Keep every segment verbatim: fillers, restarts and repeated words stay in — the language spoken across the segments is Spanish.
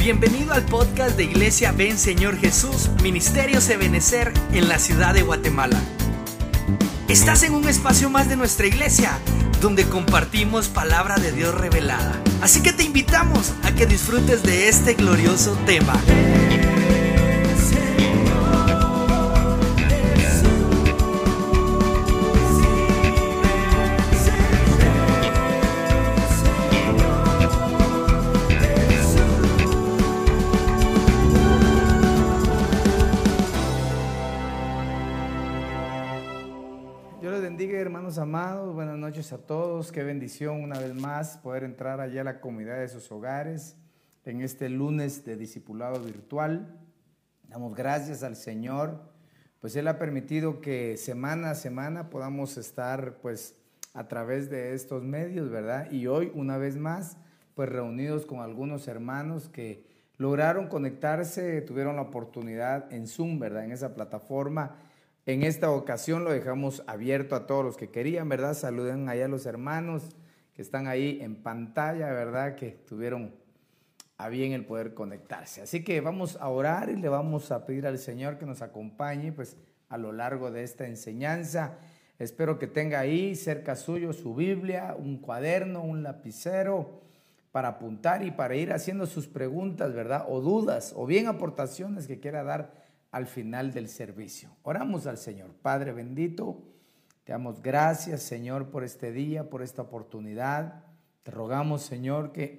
Bienvenido al podcast de Iglesia Ven Señor Jesús, Ministerios Ebenecer en la ciudad de Guatemala. Estás en un espacio más de nuestra iglesia, donde compartimos palabra de Dios revelada. Así que te invitamos a que disfrutes de este glorioso tema. Hermanos amados, buenas noches a todos. Qué bendición una vez más poder entrar allá a la comunidad de sus hogares en este lunes de discipulado virtual. Damos gracias al Señor, pues Él ha permitido que semana a semana podamos estar pues a través de estos medios, ¿verdad? Y hoy una vez más pues reunidos con algunos hermanos que lograron conectarse, tuvieron la oportunidad en Zoom, ¿verdad? En esa plataforma. En esta ocasión lo dejamos abierto a todos los que querían, ¿verdad? Saluden allá a los hermanos que están ahí en pantalla, ¿verdad? Que tuvieron a bien el poder conectarse. Así que vamos a orar y le vamos a pedir al Señor que nos acompañe pues a lo largo de esta enseñanza. Espero que tenga ahí cerca suyo su Biblia, un cuaderno, un lapicero para apuntar y para ir haciendo sus preguntas, ¿verdad? O dudas o bien aportaciones que quiera dar al final del servicio. Oramos al Señor. Padre bendito, te damos gracias, Señor, por este día, por esta oportunidad. Te rogamos, Señor, que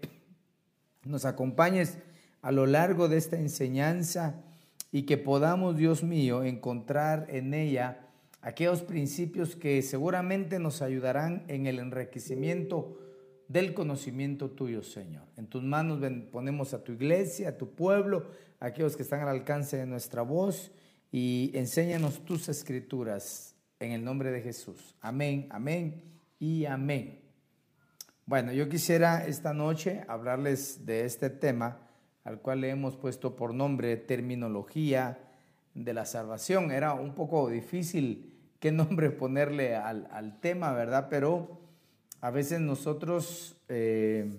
nos acompañes a lo largo de esta enseñanza y que podamos, Dios mío, encontrar en ella aquellos principios que seguramente nos ayudarán en el enriquecimiento del conocimiento tuyo, Señor. En tus manos ponemos a tu iglesia, a tu pueblo, a aquellos que están al alcance de nuestra voz, y enséñanos tus escrituras en el nombre de Jesús. Amén, amén y amén. Bueno, yo quisiera esta noche hablarles de este tema al cual le hemos puesto por nombre terminología de la salvación. Era un poco difícil qué nombre ponerle al, al tema, ¿verdad? Pero a veces nosotros eh,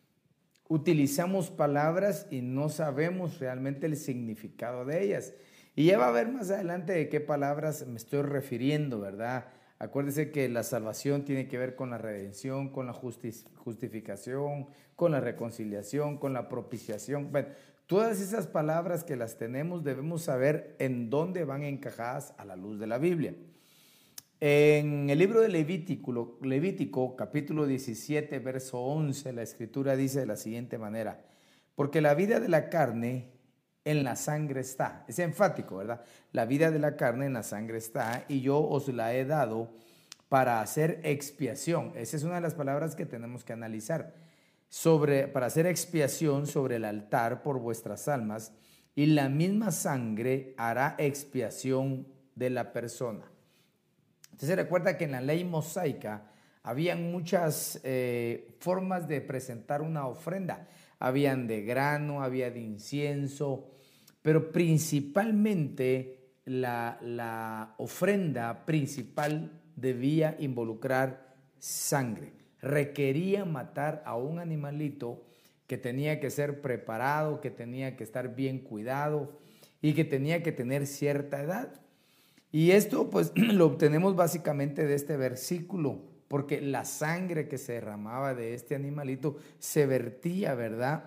utilizamos palabras y no sabemos realmente el significado de ellas. Y ya va a ver más adelante de qué palabras me estoy refiriendo, ¿verdad? Acuérdense que la salvación tiene que ver con la redención, con la justi- justificación, con la reconciliación, con la propiciación. Bueno, todas esas palabras que las tenemos debemos saber en dónde van encajadas a la luz de la Biblia. En el libro de Levítico, Levítico, capítulo diecisiete, verso once, la escritura dice de la siguiente manera: porque la vida de la carne en la sangre está. Es enfático, ¿verdad? La vida de la carne en la sangre está, y yo os la he dado para hacer expiación. Esa es una de las palabras que tenemos que analizar. Sobre, para hacer expiación sobre el altar por vuestras almas, y la misma sangre hará expiación de la persona. Entonces recuerda que en la ley mosaica habían muchas eh, formas de presentar una ofrenda. Habían de grano, había de incienso, pero principalmente la, la ofrenda principal debía involucrar sangre. Requería matar a un animalito que tenía que ser preparado, que tenía que estar bien cuidado y que tenía que tener cierta edad. Y esto pues lo obtenemos básicamente de este versículo, porque la sangre que se derramaba de este animalito se vertía, ¿verdad?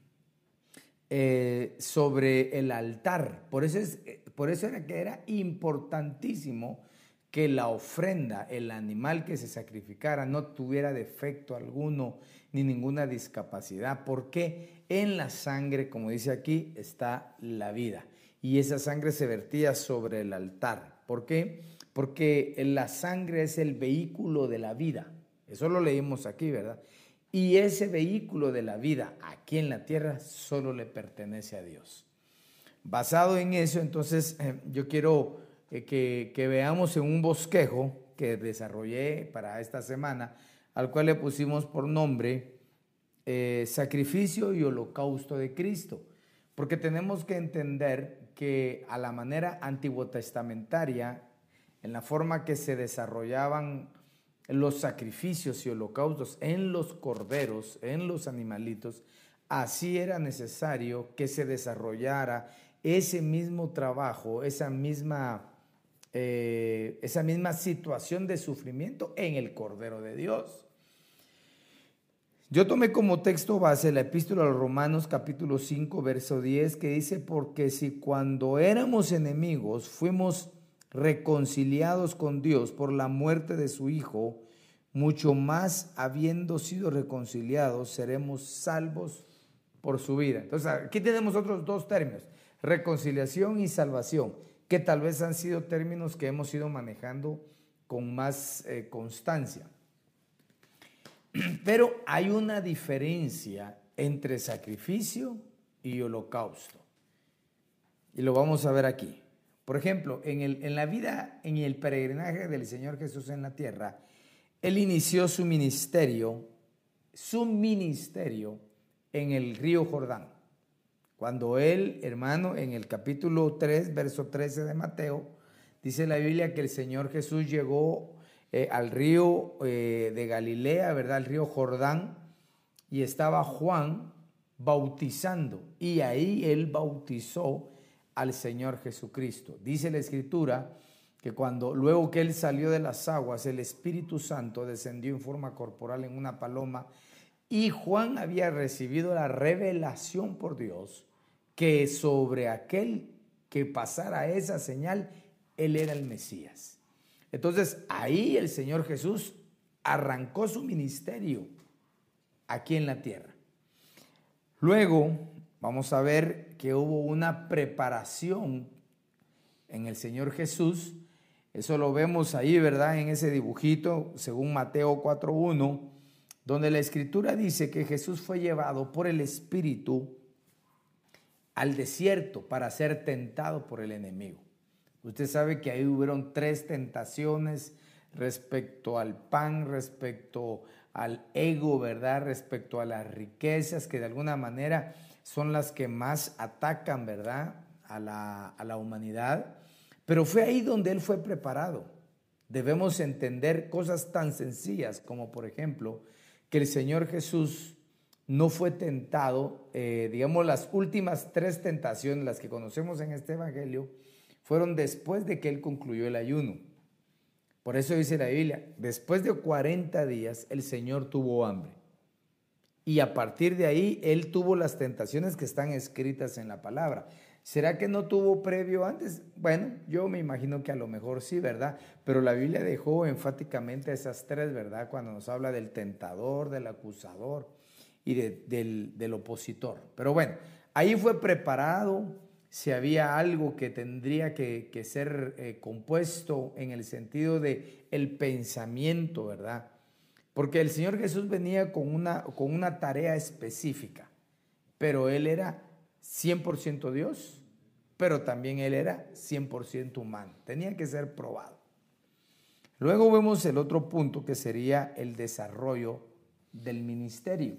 eh, sobre el altar. Por eso, es, por eso era que era importantísimo que la ofrenda, el animal que se sacrificara, no tuviera defecto alguno ni ninguna discapacidad, porque en la sangre, como dice aquí, está la vida. Y esa sangre se vertía sobre el altar. ¿Por qué? Porque la sangre es el vehículo de la vida. Eso lo leímos aquí, ¿verdad? Y ese vehículo de la vida aquí en la tierra solo le pertenece a Dios. Basado en eso, entonces, eh, yo quiero eh, que, que veamos en un bosquejo que desarrollé para esta semana, al cual le pusimos por nombre eh, Sacrificio y Holocausto de Cristo. Porque tenemos que entender que a la manera antiguotestamentaria, en la forma que se desarrollaban los sacrificios y holocaustos en los corderos, en los animalitos, así era necesario que se desarrollara ese mismo trabajo, esa misma, eh, esa misma situación de sufrimiento en el Cordero de Dios. Yo tomé como texto base la epístola a los Romanos capítulo cinco, verso diez, que dice: porque si cuando éramos enemigos fuimos reconciliados con Dios por la muerte de su Hijo, mucho más habiendo sido reconciliados seremos salvos por su vida. Entonces aquí tenemos otros dos términos, reconciliación y salvación, que tal vez han sido términos que hemos ido manejando con más eh, constancia. Pero hay una diferencia entre sacrificio y holocausto. Y lo vamos a ver aquí. Por ejemplo, en, el, en la vida, en el peregrinaje del Señor Jesús en la tierra, Él inició su ministerio, su ministerio en el río Jordán. Cuando Él, hermano, en el capítulo tres, verso trece de Mateo, dice la Biblia que el Señor Jesús llegó Eh, al río eh, de Galilea, ¿verdad? El río Jordán, y estaba Juan bautizando, y ahí él bautizó al Señor Jesucristo. Dice la Escritura que cuando, luego que él salió de las aguas, el Espíritu Santo descendió en forma corporal en una paloma, y Juan había recibido la revelación por Dios que sobre aquel que pasara esa señal, él era el Mesías. Entonces ahí el Señor Jesús arrancó su ministerio aquí en la tierra. Luego vamos a ver que hubo una preparación en el Señor Jesús. Eso lo vemos ahí, ¿verdad? En ese dibujito, según Mateo cuatro uno, donde la Escritura dice que Jesús fue llevado por el Espíritu al desierto para ser tentado por el enemigo. Usted sabe que ahí hubieron tres tentaciones respecto al pan, respecto al ego, ¿verdad? Respecto a las riquezas, que de alguna manera son las que más atacan, ¿verdad? A la, a la humanidad. Pero fue ahí donde él fue preparado. Debemos entender cosas tan sencillas como, por ejemplo, que el Señor Jesús no fue tentado, eh, digamos, las últimas tres tentaciones, las que conocemos en este evangelio, fueron después de que él concluyó el ayuno. Por eso dice la Biblia, después de cuarenta días el Señor tuvo hambre. Y a partir de ahí él tuvo las tentaciones que están escritas en la palabra. ¿Será que no tuvo previo antes? Bueno, yo me imagino que a lo mejor sí, ¿verdad? Pero la Biblia dejó enfáticamente esas tres, ¿verdad? Cuando nos habla del tentador, del acusador y de, del, del opositor. Pero bueno, ahí fue preparado. Si había algo que tendría que, que ser eh, compuesto en el sentido de el pensamiento, ¿verdad? Porque el Señor Jesús venía con una, con una tarea específica, pero Él era cien por ciento Dios, pero también Él era cien por ciento humano. Tenía que ser probado. Luego vemos el otro punto, que sería el desarrollo del ministerio.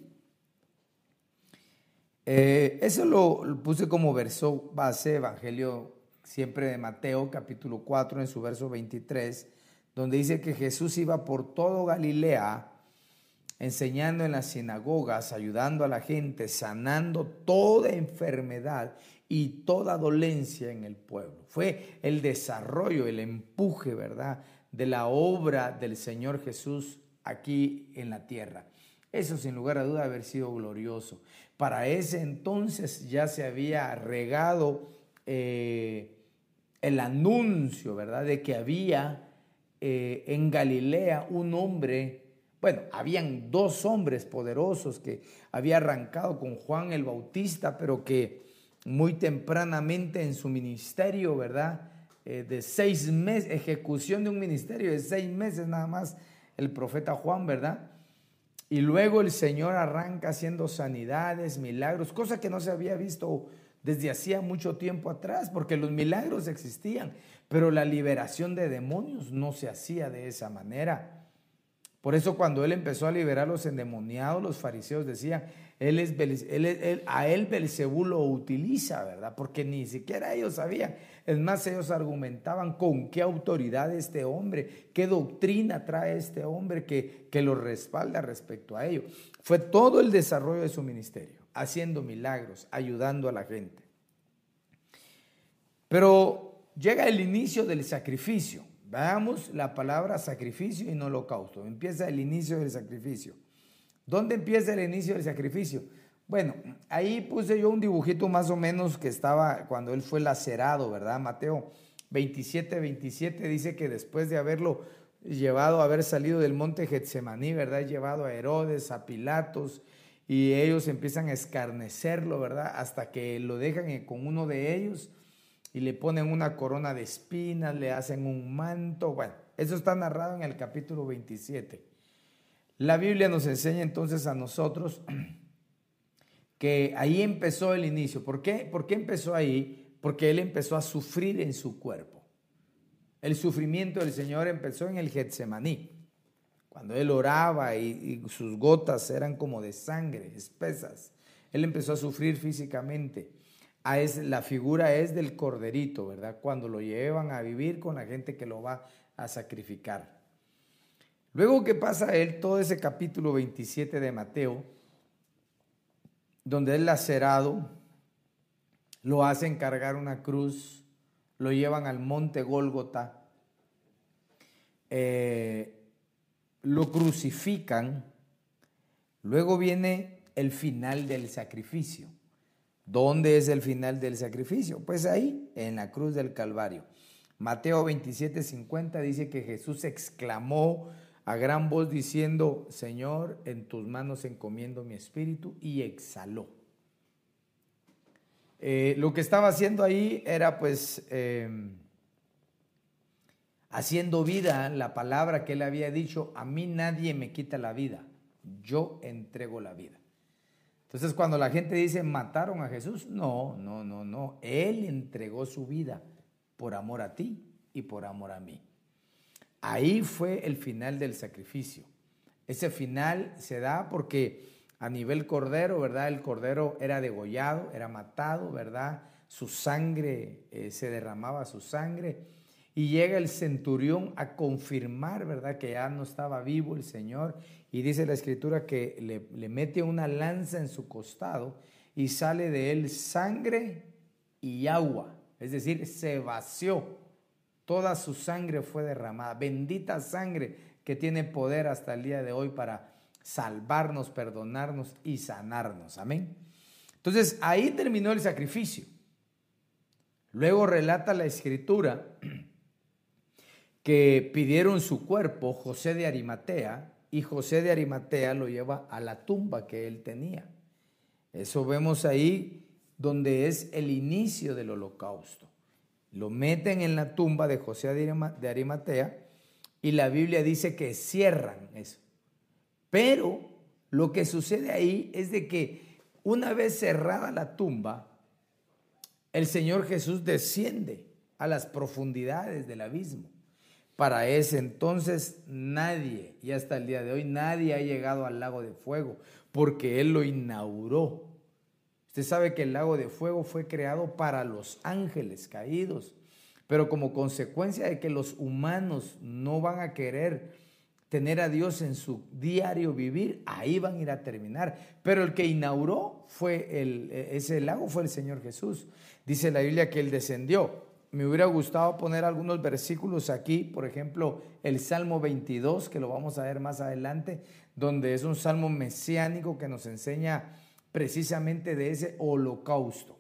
Eh, eso lo, lo puse como verso base, Evangelio siempre de Mateo, capítulo cuatro, en su verso veintitrés, donde dice que Jesús iba por todo Galilea, enseñando en las sinagogas, ayudando a la gente, sanando toda enfermedad y toda dolencia en el pueblo. Fue el desarrollo, el empuje, ¿verdad?, de la obra del Señor Jesús aquí en la tierra. Eso sin lugar a duda haber sido glorioso. Para ese entonces ya se había regado eh, el anuncio, ¿verdad?, de que había eh, en Galilea un hombre, bueno, habían dos hombres poderosos que había arrancado con Juan el Bautista, pero que muy tempranamente en su ministerio, ¿verdad?, eh, de seis meses, ejecución de un ministerio de seis meses nada más, el profeta Juan, ¿verdad?, y luego el Señor arranca haciendo sanidades, milagros, cosa que no se había visto desde hacía mucho tiempo atrás, porque los milagros existían, pero la liberación de demonios no se hacía de esa manera. Por eso cuando él empezó a liberar a los endemoniados, los fariseos decían, él es, él, él, a él Belcebú lo utiliza, ¿verdad? Porque ni siquiera ellos sabían. Es más, ellos argumentaban con qué autoridad este hombre, qué doctrina trae este hombre que, que lo respalda respecto a ello. Fue todo el desarrollo de su ministerio. haciendo milagros, ayudando a la gente. Pero llega el inicio del sacrificio. Veamos la palabra sacrificio y no holocausto. Empieza el inicio del sacrificio. ¿Dónde empieza el inicio del sacrificio? Bueno, ahí puse yo un dibujito más o menos que estaba cuando él fue lacerado, ¿verdad? Mateo veintisiete, veintisiete dice que después de haberlo llevado, haber salido del monte Getsemaní, ¿verdad? Llevado a Herodes, a Pilatos, y ellos empiezan a escarnecerlo, ¿verdad? Hasta que lo dejan con uno de ellos y le ponen una corona de espinas, le hacen un manto. Bueno, eso está narrado en el capítulo veintisiete. La Biblia nos enseña entonces a nosotros que ahí empezó el inicio. ¿Por qué? ¿Por qué empezó ahí? Porque él empezó a sufrir en su cuerpo. El sufrimiento del Señor empezó en el Getsemaní, cuando él oraba y, y sus gotas eran como de sangre, espesas. Él empezó a sufrir físicamente. A es, la figura es del corderito, ¿verdad? Cuando lo llevan a vivir con la gente que lo va a sacrificar. Luego que pasa él todo ese capítulo veintisiete de Mateo, donde es lacerado, lo hacen cargar una cruz, lo llevan al monte Gólgota, eh, lo crucifican. Luego viene el final del sacrificio. ¿Dónde es el final del sacrificio? Pues ahí, en la cruz del Calvario. Mateo veintisiete, cincuenta dice que Jesús exclamó a gran voz diciendo: Señor, en tus manos encomiendo mi espíritu, y exhaló. Eh, lo que estaba haciendo ahí era pues eh, haciendo vida la palabra que él había dicho: a mí nadie me quita la vida, yo entrego la vida. Entonces cuando la gente dice mataron a Jesús, no, no, no, no, él entregó su vida por amor a ti y por amor a mí. Ahí fue el final del sacrificio. Ese final se da porque a nivel cordero, ¿verdad? El cordero era degollado, era matado, ¿verdad? Su sangre, eh, se derramaba su sangre, y llega el centurión a confirmar, ¿verdad? Que ya no estaba vivo el Señor, y dice la Escritura que le, le mete una lanza en su costado y sale de él sangre y agua, es decir, se vació, toda su sangre fue derramada, bendita sangre que tiene poder hasta el día de hoy para salvarnos, perdonarnos y sanarnos. Amén. Entonces ahí terminó el sacrificio. Luego relata la Escritura que pidieron su cuerpo José de Arimatea, y José de Arimatea lo lleva a la tumba que él tenía. Eso vemos ahí donde es el inicio del holocausto. Lo meten en la tumba de José de Arimatea y la Biblia dice que cierran eso. Pero lo que sucede ahí es de que una vez cerrada la tumba, el Señor Jesús desciende a las profundidades del abismo. Para ese entonces nadie, y hasta el día de hoy, nadie ha llegado al lago de fuego, porque Él lo inauguró. Usted sabe que el lago de fuego fue creado para los ángeles caídos, pero como consecuencia de que los humanos no van a querer tener a Dios en su diario vivir, ahí van a ir a terminar. Pero el que inauguró fue el, ese lago fue el Señor Jesús. Dice la Biblia que Él descendió. Me hubiera gustado poner algunos versículos aquí, por ejemplo, el Salmo veintidós, que lo vamos a ver más adelante, donde es un salmo mesiánico que nos enseña precisamente de ese holocausto.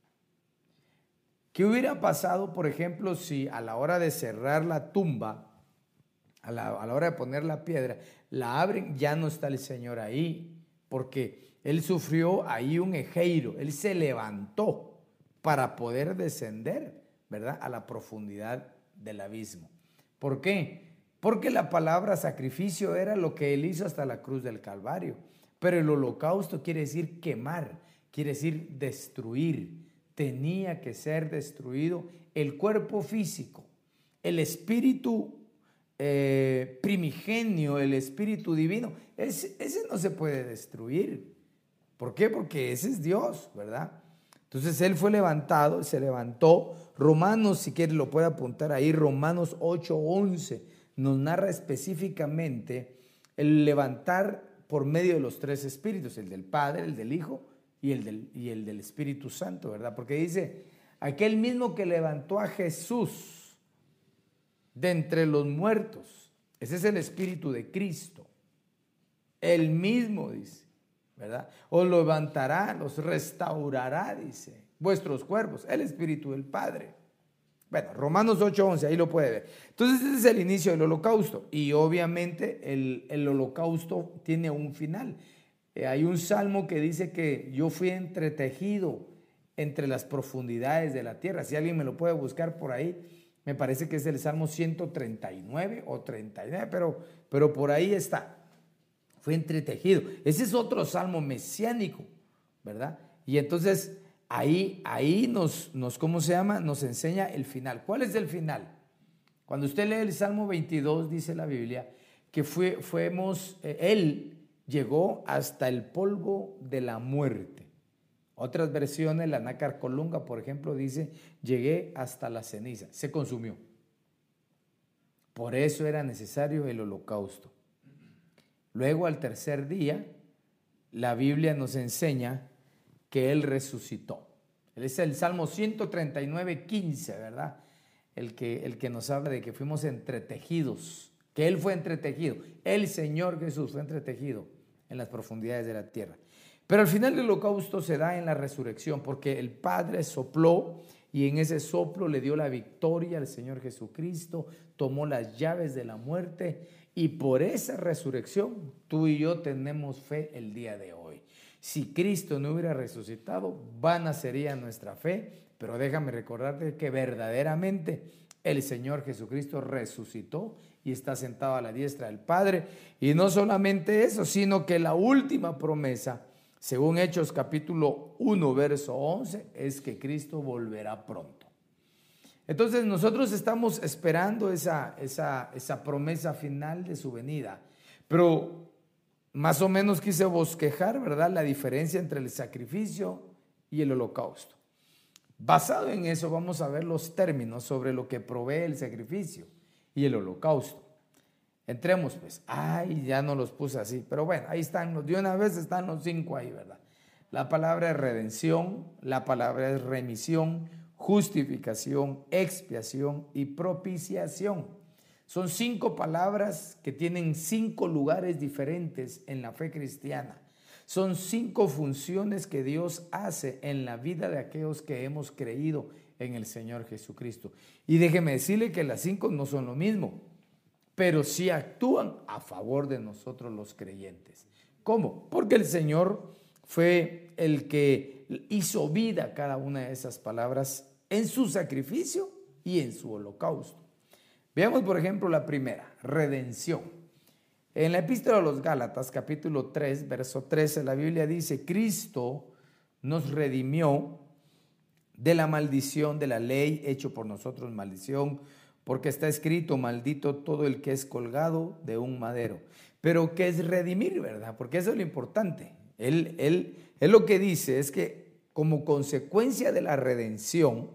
¿Qué hubiera pasado, por ejemplo, si a la hora de cerrar la tumba, a la, a la hora de poner la piedra, la abren, ya no está el Señor ahí, porque Él sufrió ahí un ejeiro, Él se levantó para poder descender, ¿verdad?, a la profundidad del abismo. ¿Por qué? Porque la palabra sacrificio era lo que Él hizo hasta la cruz del Calvario, pero el holocausto quiere decir quemar, quiere decir destruir. Tenía que ser destruido el cuerpo físico, el espíritu eh, primigenio, el espíritu divino, ese, ese no se puede destruir. ¿Por qué? Porque ese es Dios, ¿verdad? Entonces Él fue levantado, se levantó. Romanos, si quiere lo puede apuntar ahí, Romanos ocho once nos narra específicamente el levantar por medio de los tres espíritus, el del Padre, el del Hijo y el del, y el del Espíritu Santo, ¿verdad? Porque dice, aquel mismo que levantó a Jesús de entre los muertos, ese es el Espíritu de Cristo, el mismo, dice, ¿verdad? Os levantará, los restaurará, dice, vuestros cuerpos, el Espíritu del Padre. Bueno, Romanos ocho once, ahí lo puede ver. Entonces ese es el inicio del holocausto y obviamente el, el holocausto tiene un final. Eh, hay un salmo que dice que yo fui entretejido entre las profundidades de la tierra. Si alguien me lo puede buscar por ahí, me parece que es el Salmo ciento treinta y nueve o treinta y nueve, pero, pero por ahí está. Fue entretejido. Ese es otro salmo mesiánico, ¿verdad? Y entonces ahí, ahí nos, nos, ¿cómo se llama? Nos enseña el final. ¿Cuál es el final? Cuando usted lee el Salmo veintidós, dice la Biblia, que fue, fuimos, eh, él llegó hasta el polvo de la muerte. Otras versiones, la Nácar Colunga, por ejemplo, dice, llegué hasta la ceniza, se consumió. Por eso era necesario el holocausto. Luego, al tercer día, la Biblia nos enseña que Él resucitó. Es el Salmo ciento treinta y nueve, quince, ¿verdad? El que, el que nos habla de que fuimos entretejidos, que Él fue entretejido. El Señor Jesús fue entretejido en las profundidades de la tierra. Pero al final del holocausto se da en la resurrección, porque el Padre sopló y en ese soplo le dio la victoria al Señor Jesucristo, tomó las llaves de la muerte y por esa resurrección tú y yo tenemos fe el día de hoy. Si Cristo no hubiera resucitado, vana sería nuestra fe, pero déjame recordarte que verdaderamente el Señor Jesucristo resucitó y está sentado a la diestra del Padre. Y no solamente eso, sino que la última promesa, según Hechos capítulo uno, verso once, es que Cristo volverá pronto. Entonces nosotros estamos esperando esa, esa, esa promesa final de su venida, pero más o menos quise bosquejar, ¿verdad?, la diferencia entre el sacrificio y el holocausto. Basado en eso vamos a ver los términos sobre lo que provee el sacrificio y el holocausto. Entremos pues, ay, ya no los puse así, pero bueno, ahí están, de una vez están los cinco ahí, ¿verdad? La palabra es redención, la palabra es remisión, justificación, expiación y propiciación. Son cinco palabras que tienen cinco lugares diferentes en la fe cristiana. Son cinco funciones que Dios hace en la vida de aquellos que hemos creído en el Señor Jesucristo. Y déjeme decirle que las cinco no son lo mismo, pero sí actúan a favor de nosotros los creyentes. ¿Cómo? Porque el Señor fue el que hizo vida a cada una de esas palabras en su sacrificio y en su holocausto. Veamos, por ejemplo, la primera, redención. En la epístola a los Gálatas, capítulo tres, verso trece, la Biblia dice, Cristo nos redimió de la maldición de la ley, hecho por nosotros maldición, porque está escrito, maldito todo el que es colgado de un madero. Pero ¿qué es redimir, verdad? Porque eso es lo importante. Él, él, él lo que dice es que como consecuencia de la redención,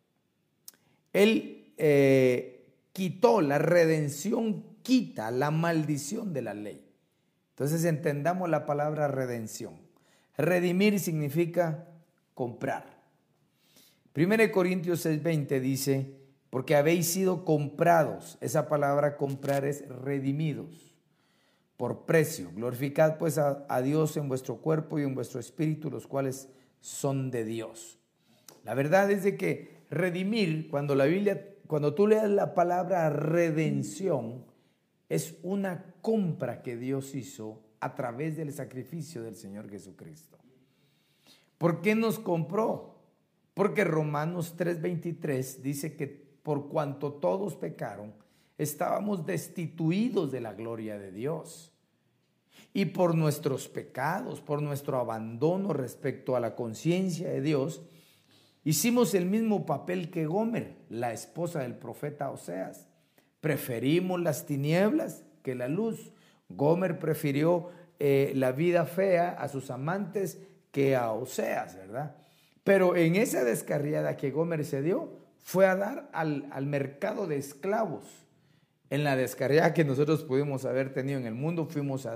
Él eh, quitó, la redención quita la maldición de la ley. Entonces entendamos la palabra redención. Redimir significa comprar. Primera de Corintios seis veinte dice, porque habéis sido comprados. Esa palabra comprar es redimidos por precio. Glorificad pues a, a Dios en vuestro cuerpo y en vuestro espíritu, los cuales son de Dios. La verdad es de que redimir, cuando la Biblia, cuando tú leas la palabra redención, es una compra que Dios hizo a través del sacrificio del Señor Jesucristo. ¿Por qué nos compró? Porque Romanos tres veintitrés dice que por cuanto todos pecaron, estábamos destituidos de la gloria de Dios. Y por nuestros pecados, por nuestro abandono respecto a la conciencia de Dios, hicimos el mismo papel que Gomer, la esposa del profeta Oseas. Preferimos las tinieblas que la luz. Gomer prefirió eh, la vida fea a sus amantes que a Oseas, ¿verdad? Pero en esa descarriada que Gomer se dio, fue a dar al, al mercado de esclavos. En la descarriada que nosotros pudimos haber tenido en el mundo, fuimos a dar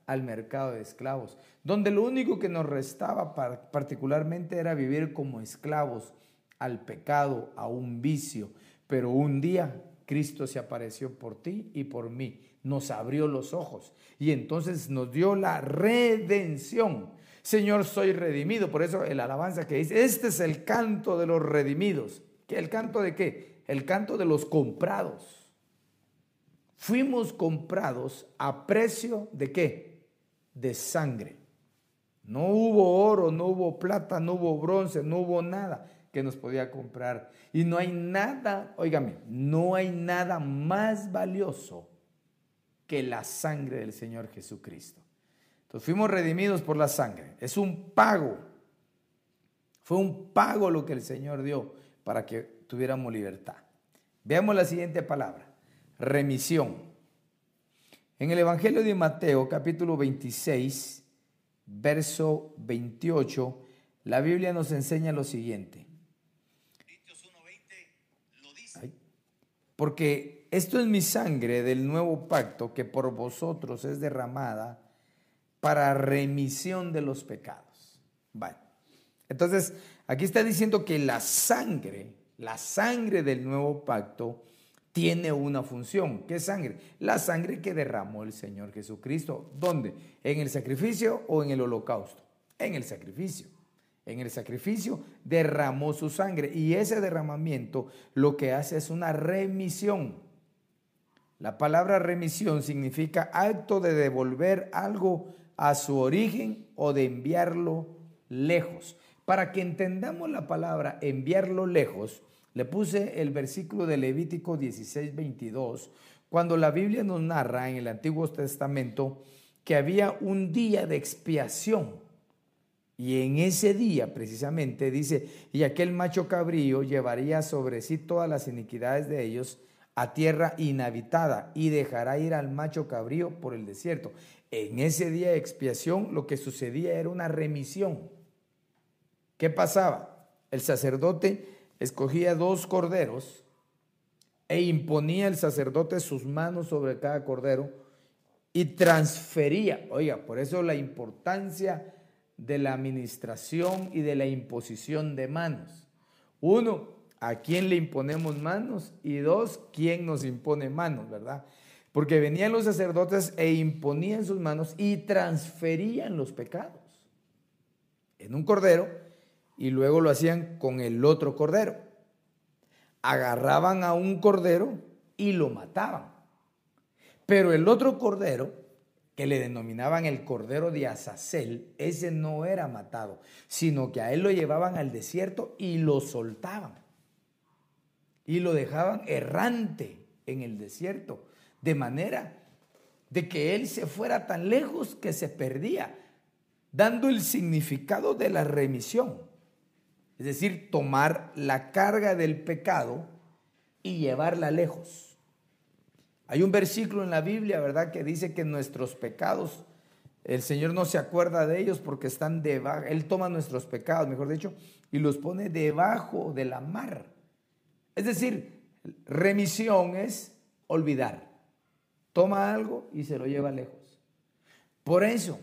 al mercado de esclavos, donde lo único que nos restaba particularmente era vivir como esclavos al pecado, a un vicio. Pero un día Cristo se apareció por ti y por mí, nos abrió los ojos y entonces nos dio la redención. Señor, soy redimido. Por eso el alabanza que dice, este es el canto de los redimidos. ¿Qué? ¿El canto de qué? El canto de los comprados. Fuimos comprados a precio de ¿qué? De sangre. No hubo oro, no hubo plata, no hubo bronce, no hubo nada que nos podía comprar. Y no hay nada, óigame, no hay nada más valioso que la sangre del Señor Jesucristo. Entonces fuimos redimidos por la sangre. Es un pago. Fue un pago lo que el Señor dio para que tuviéramos libertad. Veamos la siguiente palabra. Remisión. En el Evangelio de Mateo, capítulo veintiséis, verso veintiocho, la Biblia nos enseña lo siguiente. Ay. Porque esto es mi sangre del nuevo pacto que por vosotros es derramada para remisión de los pecados. Vale. Entonces, aquí está diciendo que la sangre, la sangre del nuevo pacto tiene una función. ¿Qué sangre? La sangre que derramó el Señor Jesucristo. ¿Dónde? ¿En el sacrificio o en el holocausto? En el sacrificio. En el sacrificio derramó su sangre y ese derramamiento lo que hace es una remisión. La palabra remisión significa acto de devolver algo a su origen o de enviarlo lejos. Para que entendamos la palabra enviarlo lejos, le puse el versículo de Levítico dieciséis, veintidós, cuando la Biblia nos narra en el Antiguo Testamento que había un día de expiación. Y en ese día precisamente dice, y aquel macho cabrío llevaría sobre sí todas las iniquidades de ellos a tierra inhabitada y dejará ir al macho cabrío por el desierto. En ese día de expiación lo que sucedía era una remisión. ¿Qué pasaba? El sacerdote escogía dos corderos e imponía el sacerdote sus manos sobre cada cordero y transfería, oiga, por eso la importancia de la administración y de la imposición de manos. Uno, ¿a quién le imponemos manos? Y dos, ¿quién nos impone manos, verdad? Porque venían los sacerdotes e imponían sus manos y transferían los pecados en un cordero y luego lo hacían con el otro cordero. Agarraban a un cordero y lo mataban. Pero el otro cordero, que le denominaban el cordero de Azazel, ese no era matado, sino que a él lo llevaban al desierto y lo soltaban. Y lo dejaban errante en el desierto, de manera de que él se fuera tan lejos que se perdía, dando el significado de la remisión. Es decir, tomar la carga del pecado y llevarla lejos. Hay un versículo en la Biblia, ¿verdad?, que dice que nuestros pecados, el Señor no se acuerda de ellos porque están debajo. Él toma nuestros pecados, mejor dicho, y los pone debajo de la mar. Es decir, remisión es olvidar. Toma algo y se lo lleva lejos. Por eso,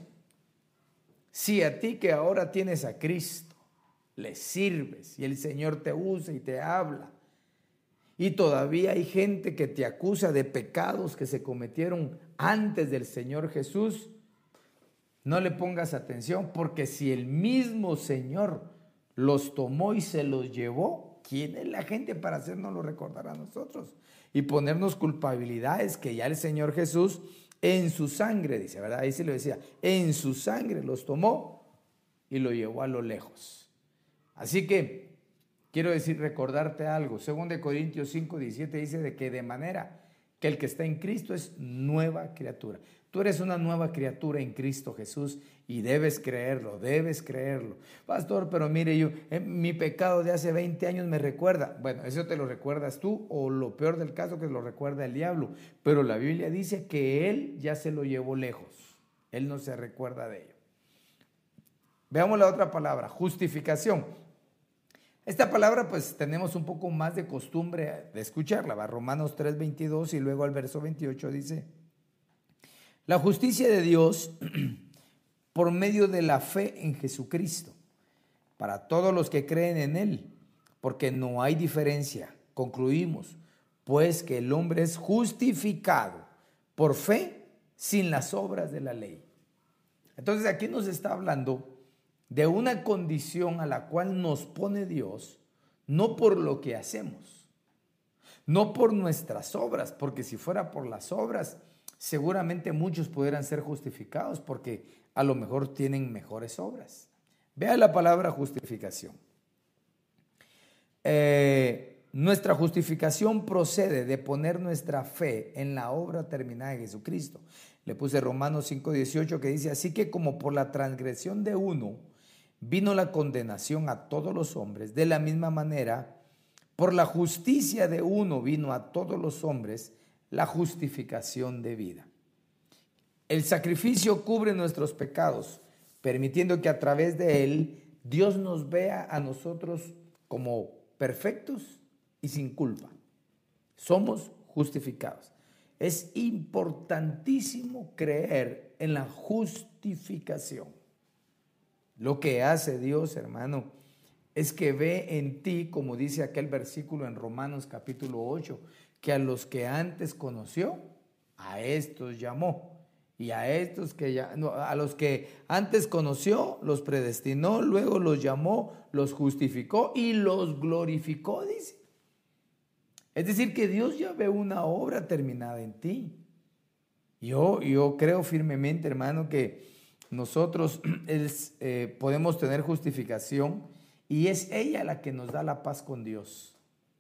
si a ti que ahora tienes a Cristo, le sirves y el Señor te usa y te habla, y todavía hay gente que te acusa de pecados que se cometieron antes del Señor Jesús, no le pongas atención, porque si el mismo Señor los tomó y se los llevó, ¿quién es la gente para hacernoslo recordar a nosotros? Y ponernos culpabilidades que ya el Señor Jesús en su sangre, dice, ¿verdad? Ahí se lo decía, en su sangre los tomó y lo llevó a lo lejos. Así que quiero decir, recordarte algo. Según de Corintios cinco, diecisiete dice de que de manera que el que está en Cristo es nueva criatura. Tú eres una nueva criatura en Cristo Jesús y debes creerlo, debes creerlo. Pastor, pero mire, yo, eh, mi pecado de hace veinte años me recuerda. Bueno, eso te lo recuerdas tú o lo peor del caso que lo recuerda el diablo. Pero la Biblia dice que él ya se lo llevó lejos. Él no se recuerda de ello. Veamos la otra palabra, justificación. Esta palabra pues tenemos un poco más de costumbre de escucharla, va Romanos tres, veintidós y luego al verso veintiocho dice, La justicia de Dios por medio de la fe en Jesucristo, para todos los que creen en Él, porque no hay diferencia. Concluimos, pues, que el hombre es justificado por fe sin las obras de la ley. Entonces aquí nos está hablando de una condición a la cual nos pone Dios, no por lo que hacemos, no por nuestras obras, porque si fuera por las obras, seguramente muchos pudieran ser justificados porque a lo mejor tienen mejores obras. Vea la palabra justificación. Eh, nuestra justificación procede de poner nuestra fe en la obra terminada de Jesucristo. Le puse Romanos cinco dieciocho que dice, así que como por la transgresión de uno vino la condenación a todos los hombres, de la misma manera, por la justicia de uno vino a todos los hombres la justificación de vida. El sacrificio cubre nuestros pecados, permitiendo que a través de él Dios nos vea a nosotros como perfectos y sin culpa. Somos justificados. Es importantísimo creer en la justificación. Lo que hace Dios, hermano, es que ve en ti, como dice aquel versículo en Romanos capítulo ocho, que a los que antes conoció, a estos llamó. Y a estos que ya, no, a los que antes conoció, los predestinó, luego los llamó, los justificó y los glorificó, dice. Es decir, que Dios ya ve una obra terminada en ti. Yo, yo creo firmemente, hermano, que nosotros es, eh, podemos tener justificación y es ella la que nos da la paz con Dios.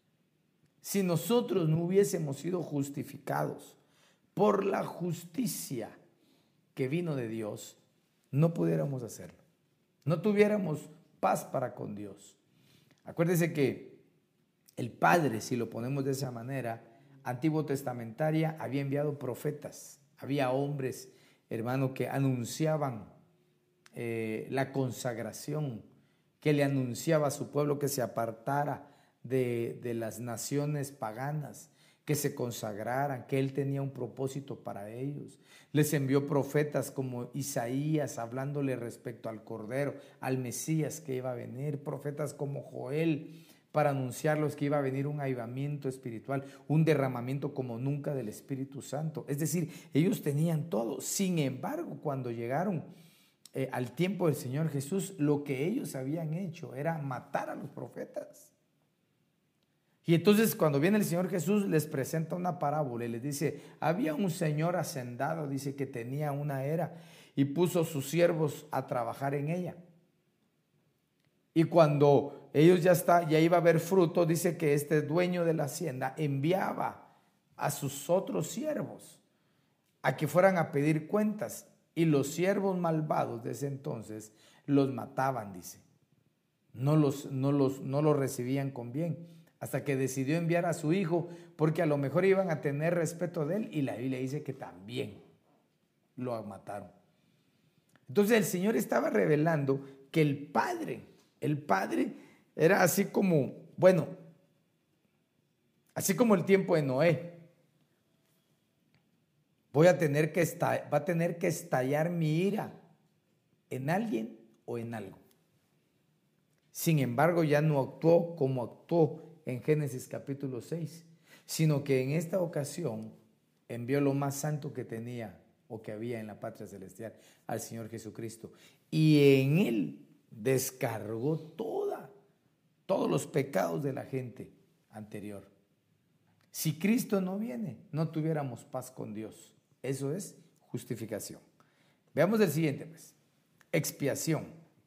Si nosotros no hubiésemos sido justificados por la justicia que vino de Dios, no pudiéramos hacerlo. No tuviéramos paz para con Dios. Acuérdese que el Padre, si lo ponemos de esa manera, antiguo testamentaria, había enviado profetas. Había hombres, hermano, que anunciaban eh, la consagración, que le anunciaba a su pueblo que se apartara de, de las naciones paganas, que se consagraran, que Él tenía un propósito para ellos. Les envió profetas como Isaías, hablándole respecto al Cordero, al Mesías que iba a venir, profetas como Joel, para anunciarlos que iba a venir un avivamiento espiritual, un derramamiento como nunca del Espíritu Santo. Es decir, ellos tenían todo. Sin embargo, cuando llegaron eh, al tiempo del Señor Jesús, lo que ellos habían hecho era matar a los profetas. Y entonces cuando viene el Señor Jesús les presenta una parábola y les dice, había un señor hacendado, dice, que tenía una era y puso sus siervos a trabajar en ella. Y cuando ellos ya está, ya iba a haber fruto, dice que este dueño de la hacienda enviaba a sus otros siervos a que fueran a pedir cuentas, y los siervos malvados de ese entonces los mataban, dice. No los, no los, no los recibían con bien, hasta que decidió enviar a su hijo, porque a lo mejor iban a tener respeto de él, y la Biblia dice que también lo mataron. Entonces el Señor estaba revelando que el Padre, el Padre era así como, bueno, así como el tiempo de Noé. Voy a tener que estallar, va a tener que estallar mi ira en alguien o en algo. Sin embargo, ya no actuó como actuó en Génesis capítulo seis, sino que en esta ocasión envió lo más santo que tenía o que había en la patria celestial, al Señor Jesucristo, y en él descargó toda, todos los pecados de la gente anterior. Si Cristo no viene, no tuviéramos paz con Dios. Eso es justificación. Veamos el siguiente, pues. Expiación.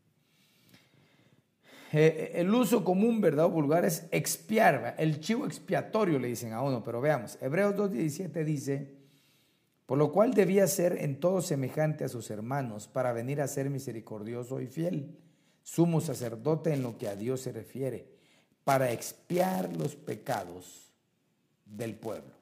Eh, el uso común, verdad, o vulgar es expiar, el chivo expiatorio le dicen a uno, pero veamos, Hebreos dos diecisiete dice, por lo cual debía ser en todo semejante a sus hermanos, para venir a ser misericordioso y fiel, sumo sacerdote en lo que a Dios se refiere, para expiar los pecados del pueblo.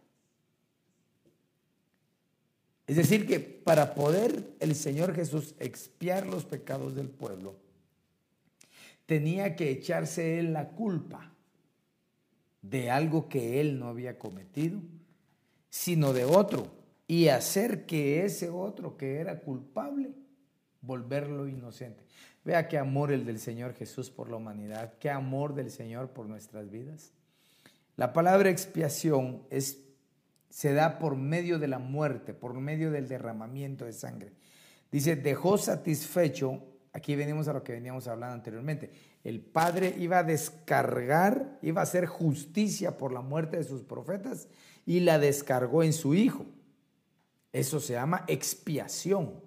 Es decir, que para poder el Señor Jesús expiar los pecados del pueblo, tenía que echarse él la culpa de algo que él no había cometido, sino de otro, y hacer que ese otro que era culpable, volverlo inocente. Vea qué amor el del Señor Jesús por la humanidad, qué amor del Señor por nuestras vidas. La palabra expiación es, se da por medio de la muerte, por medio del derramamiento de sangre. Dice, dejó satisfecho, aquí venimos a lo que veníamos hablando anteriormente, el Padre iba a descargar, iba a hacer justicia por la muerte de sus profetas y la descargó en su Hijo. Eso se llama expiación.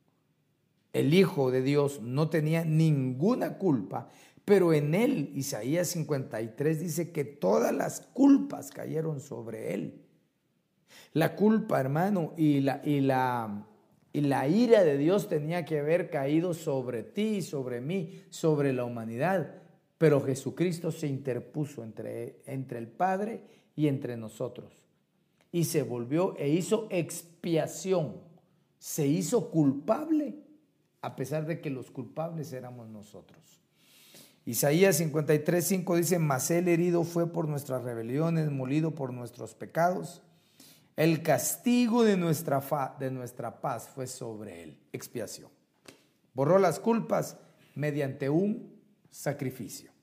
El Hijo de Dios no tenía ninguna culpa, pero en él, Isaías cincuenta y tres dice que todas las culpas cayeron sobre él. La culpa, hermano, y la, y la, y la ira de Dios tenía que haber caído sobre ti, sobre mí, sobre la humanidad. Pero Jesucristo se interpuso entre, entre el Padre y entre nosotros. Y se volvió e hizo expiación. Se hizo culpable, a pesar de que los culpables éramos nosotros. Isaías cincuenta y tres, cinco dice, mas él herido fue por nuestras rebeliones, molido por nuestros pecados. El castigo de nuestra, fa, de nuestra paz fue sobre él. Expiación. Borró las culpas mediante un sacrificio.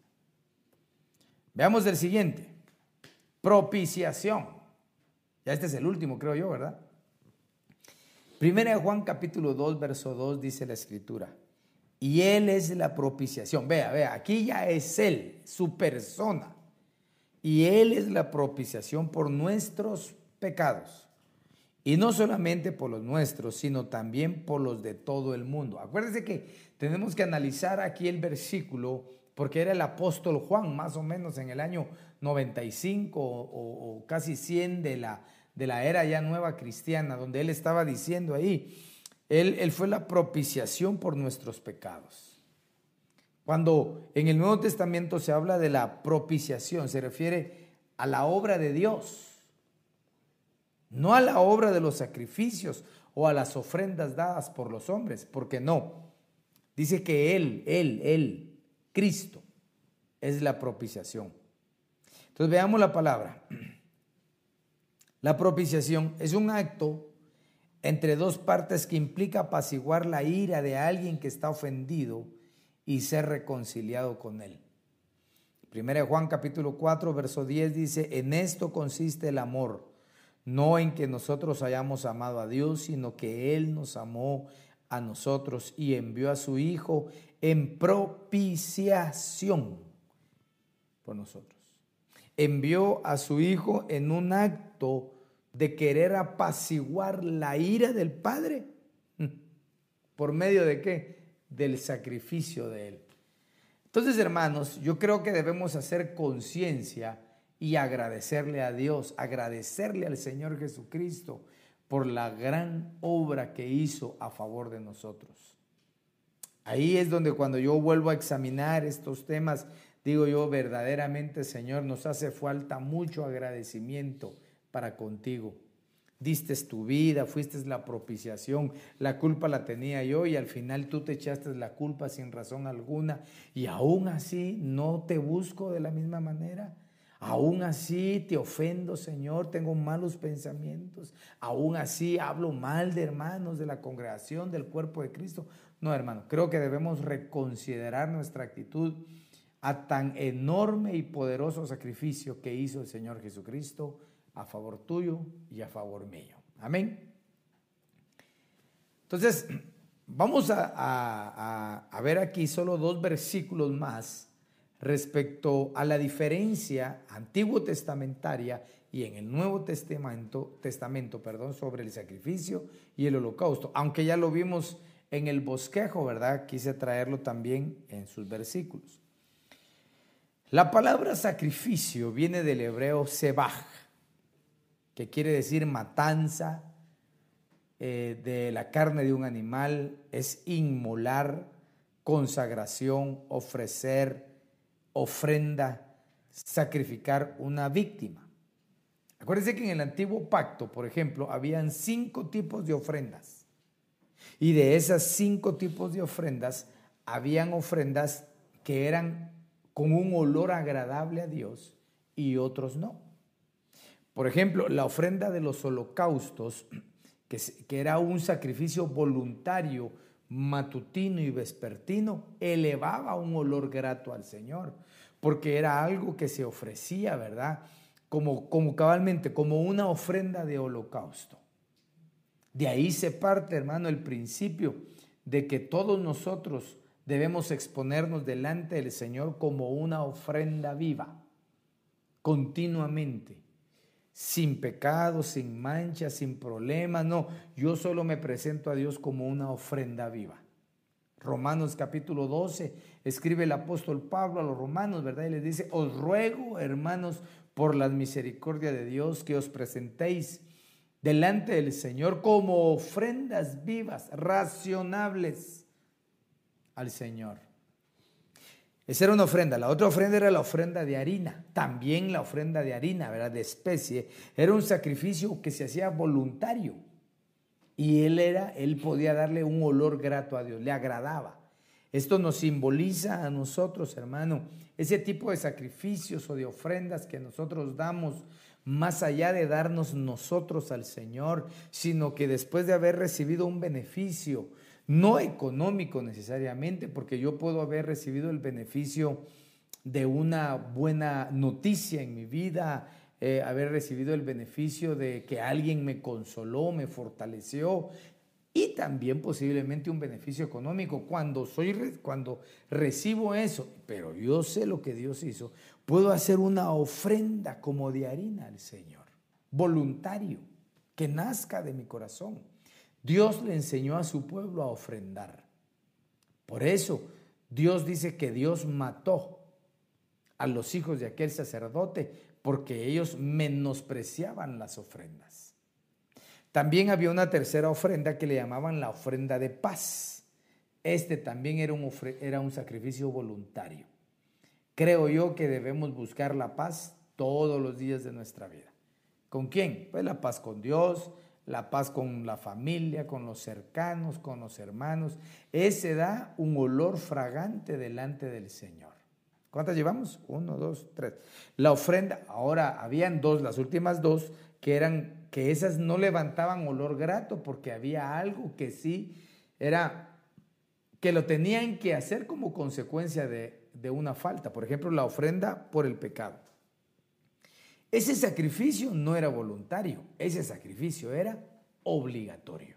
Veamos el siguiente. Propiciación. Ya este es el último, creo yo, ¿verdad? Primera de Juan capítulo dos, verso dos dice la escritura. Y él es la propiciación. Vea, vea, aquí ya es él, su persona. Y él es la propiciación por nuestros pecados. Y no solamente por los nuestros, sino también por los de todo el mundo. Acuérdense que tenemos que analizar aquí el versículo, porque era el apóstol Juan, más o menos en el año noventa y cinco o, o, o casi cien de la, de la era ya nueva cristiana, donde él estaba diciendo ahí, Él, él fue la propiciación por nuestros pecados. Cuando en el Nuevo Testamento se habla de la propiciación, se refiere a la obra de Dios, no a la obra de los sacrificios o a las ofrendas dadas por los hombres, porque no. Dice que Él, Él, Él, Cristo, es la propiciación. Entonces veamos la palabra. La propiciación es un acto entre dos partes que implica apaciguar la ira de alguien que está ofendido y ser reconciliado con él. Primera de Juan capítulo cuatro, verso diez dice, en esto consiste el amor, no en que nosotros hayamos amado a Dios, sino que Él nos amó a nosotros y envió a su Hijo en propiciación por nosotros. Envió a su Hijo en un acto de querer apaciguar la ira del Padre. ¿Por medio de qué? Del sacrificio de Él. Entonces, hermanos, yo creo que debemos hacer conciencia y agradecerle a Dios, agradecerle al Señor Jesucristo por la gran obra que hizo a favor de nosotros. Ahí es donde cuando yo vuelvo a examinar estos temas, digo yo verdaderamente, Señor, nos hace falta mucho agradecimiento para contigo. Diste tu vida, fuiste la propiciación, la culpa la tenía yo y al final tú te echaste la culpa sin razón alguna y aún así no te busco de la misma manera. Aún así te ofendo, Señor, tengo malos pensamientos. Aún así hablo mal de hermanos, de la congregación, del cuerpo de Cristo. No, hermano, creo que debemos reconsiderar nuestra actitud a tan enorme y poderoso sacrificio que hizo el Señor Jesucristo a favor tuyo y a favor mío. Amén. Entonces, vamos a, a, a ver aquí solo dos versículos más respecto a la diferencia antiguo testamentaria y en el Nuevo Testamento, testamento perdón, sobre el sacrificio y el holocausto. Aunque ya lo vimos en el bosquejo, ¿verdad? Quise traerlo también en sus versículos. La palabra sacrificio viene del hebreo sebaj, que quiere decir matanza eh, de la carne de un animal, es inmolar, consagración, ofrecer, ofrenda, sacrificar una víctima. Acuérdense que en el antiguo pacto, por ejemplo, habían cinco tipos de ofrendas. Y de esas cinco tipos de ofrendas, habían ofrendas que eran con un olor agradable a Dios y otros no. Por ejemplo, la ofrenda de los holocaustos que, que era un sacrificio voluntario, matutino y vespertino, elevaba un olor grato al Señor, porque era algo que se ofrecía, ¿verdad? Como, como cabalmente, como una ofrenda de holocausto. De ahí se parte, hermano, el principio de que todos nosotros debemos exponernos delante del Señor como una ofrenda viva, continuamente, sin pecado, sin mancha, sin problemas. No, yo solo me presento a Dios como una ofrenda viva. Romanos capítulo doce, escribe el apóstol Pablo a los romanos, ¿verdad? Y les dice: os ruego, hermanos, por la misericordia de Dios, que os presentéis delante del Señor como ofrendas vivas, racionables al Señor. Esa era una ofrenda. La otra ofrenda era la ofrenda de harina. También la ofrenda de harina, ¿verdad? De especie. Era un sacrificio que se hacía voluntario. Y él, era, él podía darle un olor grato a Dios, le agradaba. Esto nos simboliza a nosotros, hermano, ese tipo de sacrificios o de ofrendas que nosotros damos, más allá de darnos nosotros al Señor, sino que después de haber recibido un beneficio, no económico necesariamente, porque yo puedo haber recibido el beneficio de una buena noticia en mi vida, eh, haber recibido el beneficio de que alguien me consoló, me fortaleció, y también posiblemente un beneficio económico. Cuando, soy, cuando recibo eso, pero yo sé lo que Dios hizo, puedo hacer una ofrenda como de harina al Señor, voluntario, que nazca de mi corazón. Dios le enseñó a su pueblo a ofrendar. Por eso Dios dice que Dios mató a los hijos de aquel sacerdote, porque ellos menospreciaban las ofrendas. También había una tercera ofrenda que le llamaban la ofrenda de paz. Este también era un, ofre- era un sacrificio voluntario. Creo yo que debemos buscar la paz todos los días de nuestra vida. ¿Con quién? Pues la paz con Dios, la paz con la familia, con los cercanos, con los hermanos. Ese da un olor fragante delante del Señor. ¿Cuántas llevamos? Uno, dos, tres. La ofrenda, ahora habían dos, las últimas dos, que eran, que esas no levantaban olor grato, porque había algo que sí era, que lo tenían que hacer como consecuencia de, de una falta. Por ejemplo, la ofrenda por el pecado. Ese sacrificio no era voluntario, ese sacrificio era obligatorio.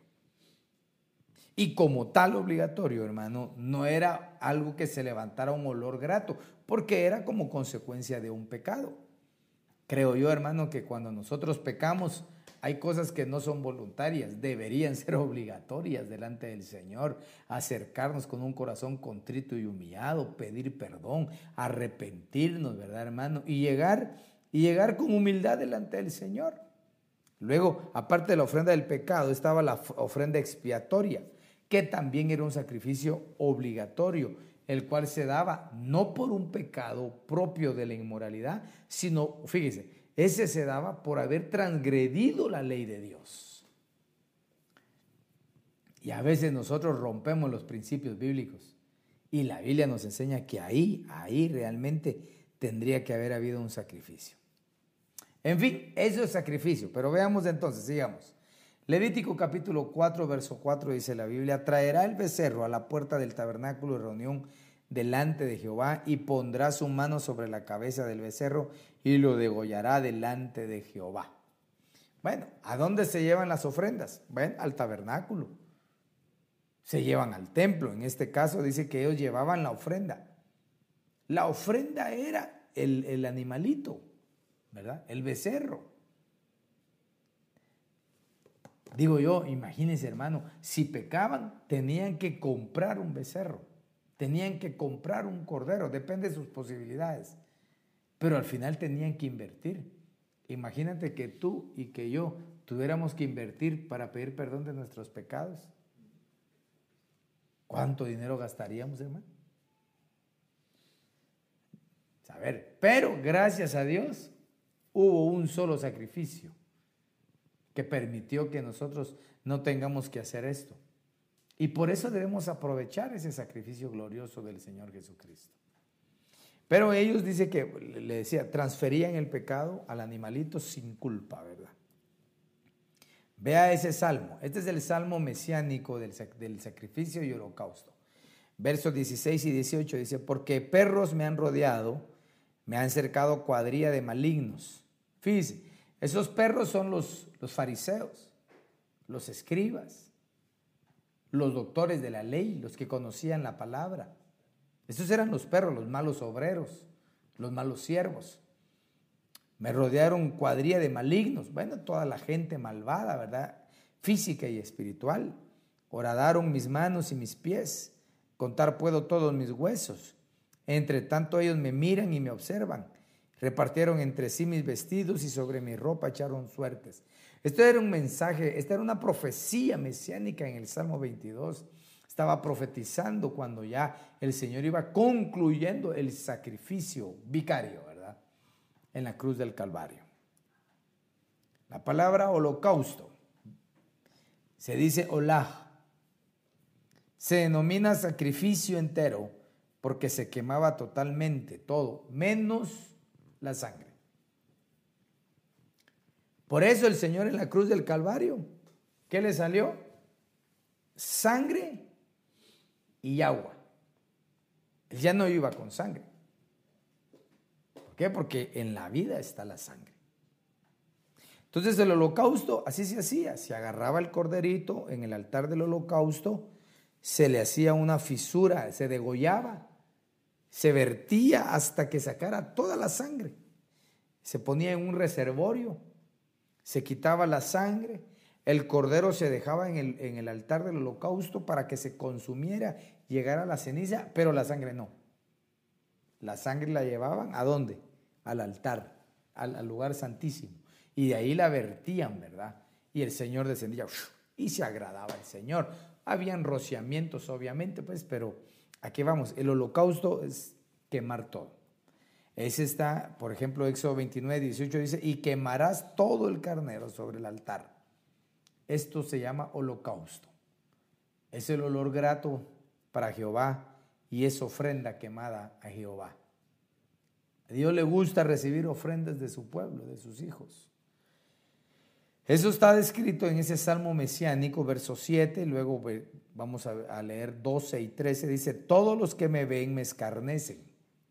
Y como tal obligatorio, hermano, no era algo que se levantara un olor grato, porque era como consecuencia de un pecado. Creo yo, hermano, que cuando nosotros pecamos, hay cosas que no son voluntarias, deberían ser obligatorias delante del Señor. Acercarnos con un corazón contrito y humillado, pedir perdón, arrepentirnos, ¿verdad, hermano? Y llegar, y llegar con humildad delante del Señor. Luego, aparte de la ofrenda del pecado, estaba la ofrenda expiatoria, que también era un sacrificio obligatorio, el cual se daba no por un pecado propio de la inmoralidad, sino, fíjese, ese se daba por haber transgredido la ley de Dios. Y a veces nosotros rompemos los principios bíblicos, y la Biblia nos enseña que ahí, ahí realmente tendría que haber habido un sacrificio. En fin, eso es sacrificio, pero veamos entonces, sigamos. Levítico capítulo cuatro, verso cuatro dice la Biblia: traerá el becerro a la puerta del tabernáculo de reunión delante de Jehová, y pondrá su mano sobre la cabeza del becerro y lo degollará delante de Jehová. Bueno, ¿a dónde se llevan las ofrendas? Bueno, al tabernáculo. Se llevan al templo. En este caso dice que ellos llevaban la ofrenda. La ofrenda era el, el animalito, ¿verdad? El becerro. Digo yo, imagínense, hermano, si pecaban, tenían que comprar un becerro, tenían que comprar un cordero, depende de sus posibilidades, pero al final tenían que invertir. Imagínate que tú y que yo tuviéramos que invertir para pedir perdón de nuestros pecados. ¿Cuánto dinero gastaríamos, hermano? A ver, pero gracias a Dios hubo un solo sacrificio que permitió que nosotros no tengamos que hacer esto. Y por eso debemos aprovechar ese sacrificio glorioso del Señor Jesucristo. Pero ellos, dice que, le decía, transferían el pecado al animalito sin culpa, ¿verdad? Vea ese salmo. Este es el salmo mesiánico del, del sacrificio y holocausto. Versos dieciséis y dieciocho dice, porque perros me han rodeado, me han cercado cuadrilla de malignos. Fíjense, esos perros son los, los fariseos, los escribas, los doctores de la ley, los que conocían la palabra. Esos eran los perros, los malos obreros, los malos siervos. Me rodearon cuadrilla de malignos, bueno, toda la gente malvada, ¿verdad? Física y espiritual. Horadaron mis manos y mis pies, contar puedo todos mis huesos. Entre tanto ellos me miran y me observan. Repartieron entre sí mis vestidos y sobre mi ropa echaron suertes. Esto era un mensaje, esta era una profecía mesiánica en el Salmo veintidós. Estaba profetizando cuando ya el Señor iba concluyendo el sacrificio vicario, ¿verdad? En la cruz del Calvario. La palabra holocausto se dice olah. Se denomina sacrificio entero porque se quemaba totalmente todo, menos la sangre. Por eso el Señor en la cruz del Calvario, ¿qué le salió? Sangre y agua. Él ya no iba con sangre. ¿Por qué? Porque en la vida está la sangre. Entonces el holocausto así se hacía. Se agarraba el corderito en el altar del holocausto, se le hacía una fisura, se degollaba, se vertía hasta que sacara toda la sangre. Se ponía en un reservorio, se quitaba la sangre, el cordero se dejaba en el, en el altar del holocausto para que se consumiera, llegara la ceniza, pero la sangre no. La sangre la llevaban ¿a dónde? Al altar, al, al lugar santísimo. Y de ahí la vertían, ¿verdad? Y el Señor descendía y se agradaba el Señor. Habían rociamientos, obviamente, pues, pero aquí vamos. El holocausto es quemar todo. Ese está, por ejemplo, Éxodo veintinueve, dieciocho dice, y quemarás todo el carnero sobre el altar. Esto se llama holocausto. Es el olor grato para Jehová y es ofrenda quemada a Jehová. A Dios le gusta recibir ofrendas de su pueblo, de sus hijos. Eso está descrito en ese Salmo mesiánico, verso siete, luego vamos a leer doce y trece, dice, todos los que me ven me escarnecen,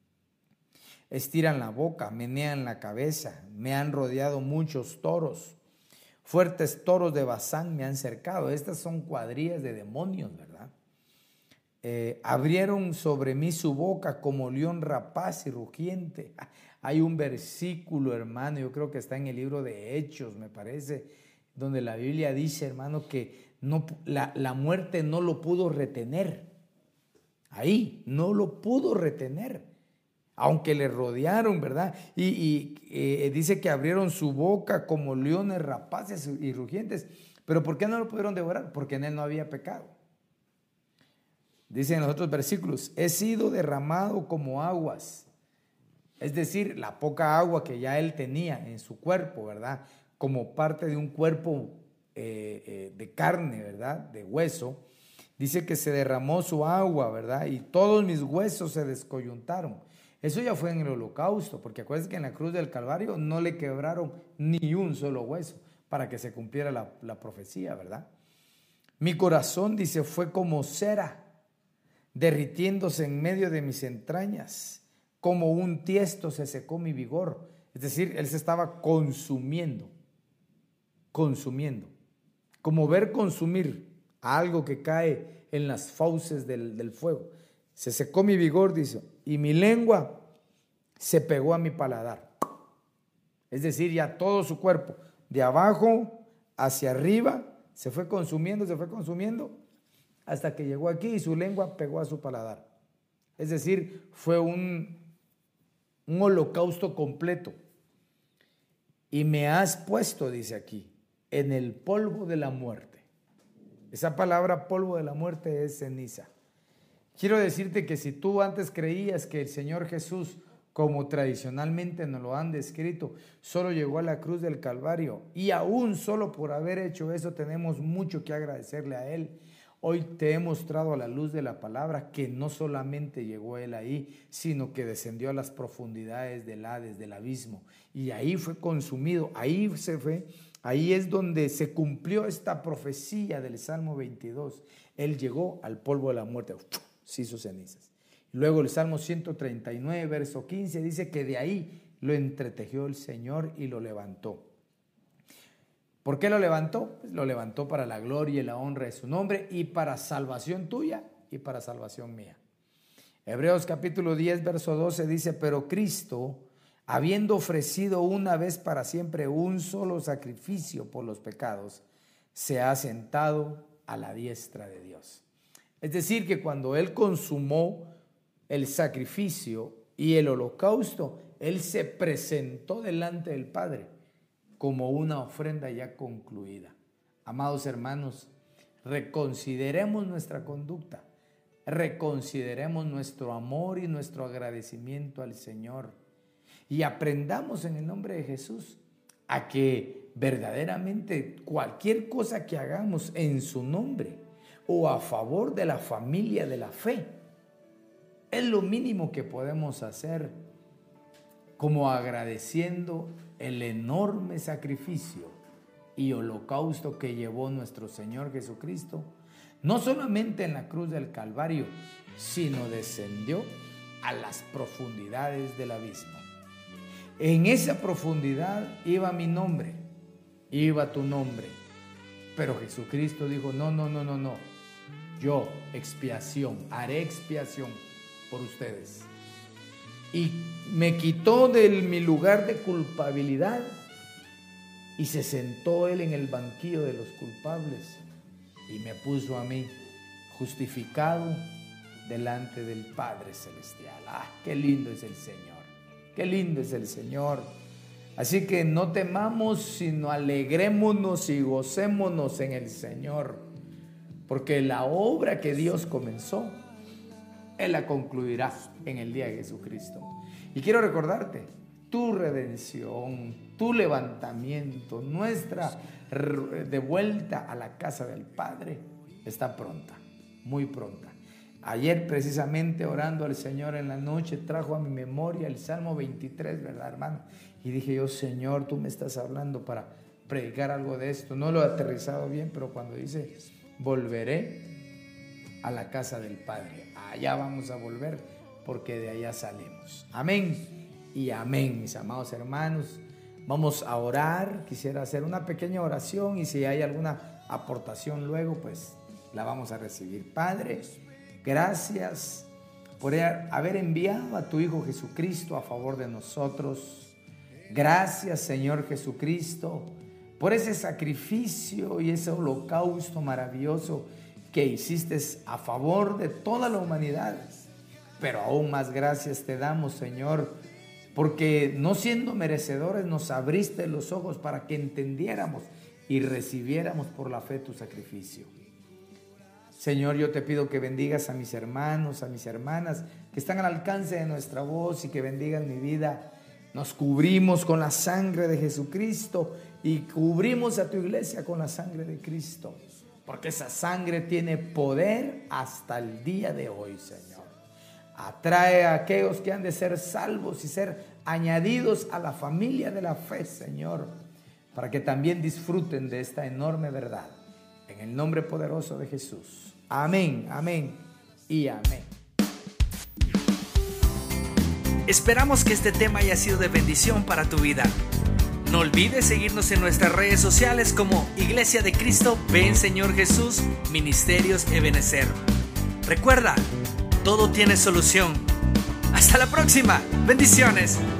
estiran la boca, menean la cabeza, me han rodeado muchos toros, fuertes toros de Basán me han cercado. Estas son cuadrillas de demonios, ¿verdad? Eh, abrieron sobre mí su boca como león rapaz y rugiente. Hay un versículo, hermano, yo creo que está en el libro de Hechos, me parece, donde la Biblia dice, hermano, que no, la, la muerte no lo pudo retener. Ahí, no lo pudo retener, aunque le rodearon, ¿verdad? Y, y eh, dice que abrieron su boca como leones rapaces y rugientes. ¿Pero por qué no lo pudieron devorar? Porque en él no había pecado. Dice en los otros versículos, he sido derramado como aguas. Es decir, la poca agua que ya él tenía en su cuerpo, ¿verdad? Como parte de un cuerpo eh, eh, de carne, ¿verdad? De hueso. Dice que se derramó su agua, ¿verdad? Y todos mis huesos se descoyuntaron. Eso ya fue en el holocausto, porque acuérdense que en la cruz del Calvario no le quebraron ni un solo hueso para que se cumpliera la, la profecía, ¿verdad? Mi corazón, dice, fue como cera, derritiéndose en medio de mis entrañas. Como un tiesto se secó mi vigor. Es decir, él se estaba consumiendo, consumiendo. Como ver consumir algo que cae en las fauces del, del fuego. Se secó mi vigor, dice, y mi lengua se pegó a mi paladar. Es decir, ya todo su cuerpo, de abajo hacia arriba, se fue consumiendo, se fue consumiendo, hasta que llegó aquí y su lengua pegó a su paladar. Es decir, fue un, un holocausto completo. Y me has puesto, dice aquí, en el polvo de la muerte. Esa palabra polvo de la muerte es ceniza. Quiero decirte que si tú antes creías que el Señor Jesús, como tradicionalmente nos lo han descrito, solo llegó a la cruz del Calvario, y aún solo por haber hecho eso tenemos mucho que agradecerle a Él. Hoy te he mostrado a la luz de la palabra que no solamente llegó Él ahí, sino que descendió a las profundidades del Hades, del abismo, y ahí fue consumido, ahí se fue Ahí es donde se cumplió esta profecía del Salmo veintidós. Él llegó al polvo de la muerte, se hizo cenizas. Luego el Salmo ciento treinta y nueve, verso quince, dice que de ahí lo entretejió el Señor y lo levantó. ¿Por qué lo levantó? Pues lo levantó para la gloria y la honra de su nombre y para salvación tuya y para salvación mía. Hebreos capítulo diez, verso doce dice, pero Cristo, habiendo ofrecido una vez para siempre un solo sacrificio por los pecados, se ha sentado a la diestra de Dios. Es decir, que cuando Él consumó el sacrificio y el holocausto, Él se presentó delante del Padre como una ofrenda ya concluida. Amados hermanos, reconsideremos nuestra conducta, reconsideremos nuestro amor y nuestro agradecimiento al Señor y aprendamos en el nombre de Jesús a que verdaderamente cualquier cosa que hagamos en su nombre o a favor de la familia de la fe es lo mínimo que podemos hacer, como agradeciendo el enorme sacrificio y holocausto que llevó nuestro Señor Jesucristo, no solamente en la cruz del Calvario, sino descendió a las profundidades del abismo. En esa profundidad iba mi nombre, iba tu nombre, pero Jesucristo dijo, no, no, no, no, no, yo, expiación, haré expiación por ustedes. Y me quitó de mi lugar de culpabilidad y se sentó Él en el banquillo de los culpables y me puso a mí justificado delante del Padre Celestial. ¡Ah, qué lindo es el Señor! ¡Qué lindo es el Señor! Así que no temamos, sino alegrémonos y gocémonos en el Señor, porque la obra que Dios comenzó, Él la concluirá en el día de Jesucristo. Y quiero recordarte, tu redención, tu levantamiento, nuestra de vuelta a la casa del Padre está pronta, muy pronta. Ayer precisamente orando al Señor en la noche trajo a mi memoria el Salmo veintitrés, ¿verdad, hermano? Y dije yo, Señor, tú me estás hablando para predicar algo de esto. No lo he aterrizado bien, pero cuando dice, volveré a la casa del Padre, allá vamos a volver, porque de allá salimos. Amén y amén, mis amados hermanos. Vamos a orar. Quisiera hacer una pequeña oración y si hay alguna aportación luego, pues la vamos a recibir. Padre, gracias por haber enviado a tu Hijo Jesucristo a favor de nosotros. Gracias, Señor Jesucristo, por ese sacrificio y ese holocausto maravilloso que hiciste a favor de toda la humanidad. Pero aún más gracias te damos, Señor, porque no siendo merecedores nos abriste los ojos para que entendiéramos y recibiéramos por la fe tu sacrificio. Señor, yo te pido que bendigas a mis hermanos, a mis hermanas que están al alcance de nuestra voz y que bendigan mi vida. Nos cubrimos con la sangre de Jesucristo y cubrimos a tu iglesia con la sangre de Cristo, porque esa sangre tiene poder hasta el día de hoy, Señor. Atrae a aquellos que han de ser salvos y ser añadidos a la familia de la fe, Señor, para que también disfruten de esta enorme verdad. En el nombre poderoso de Jesús. Amén, amén y amén. Esperamos que este tema haya sido de bendición para tu vida. No olvides seguirnos en nuestras redes sociales como Iglesia de Cristo Ven Señor Jesús, Ministerios Ebenecer. Recuerda, todo tiene solución. Hasta la próxima. Bendiciones.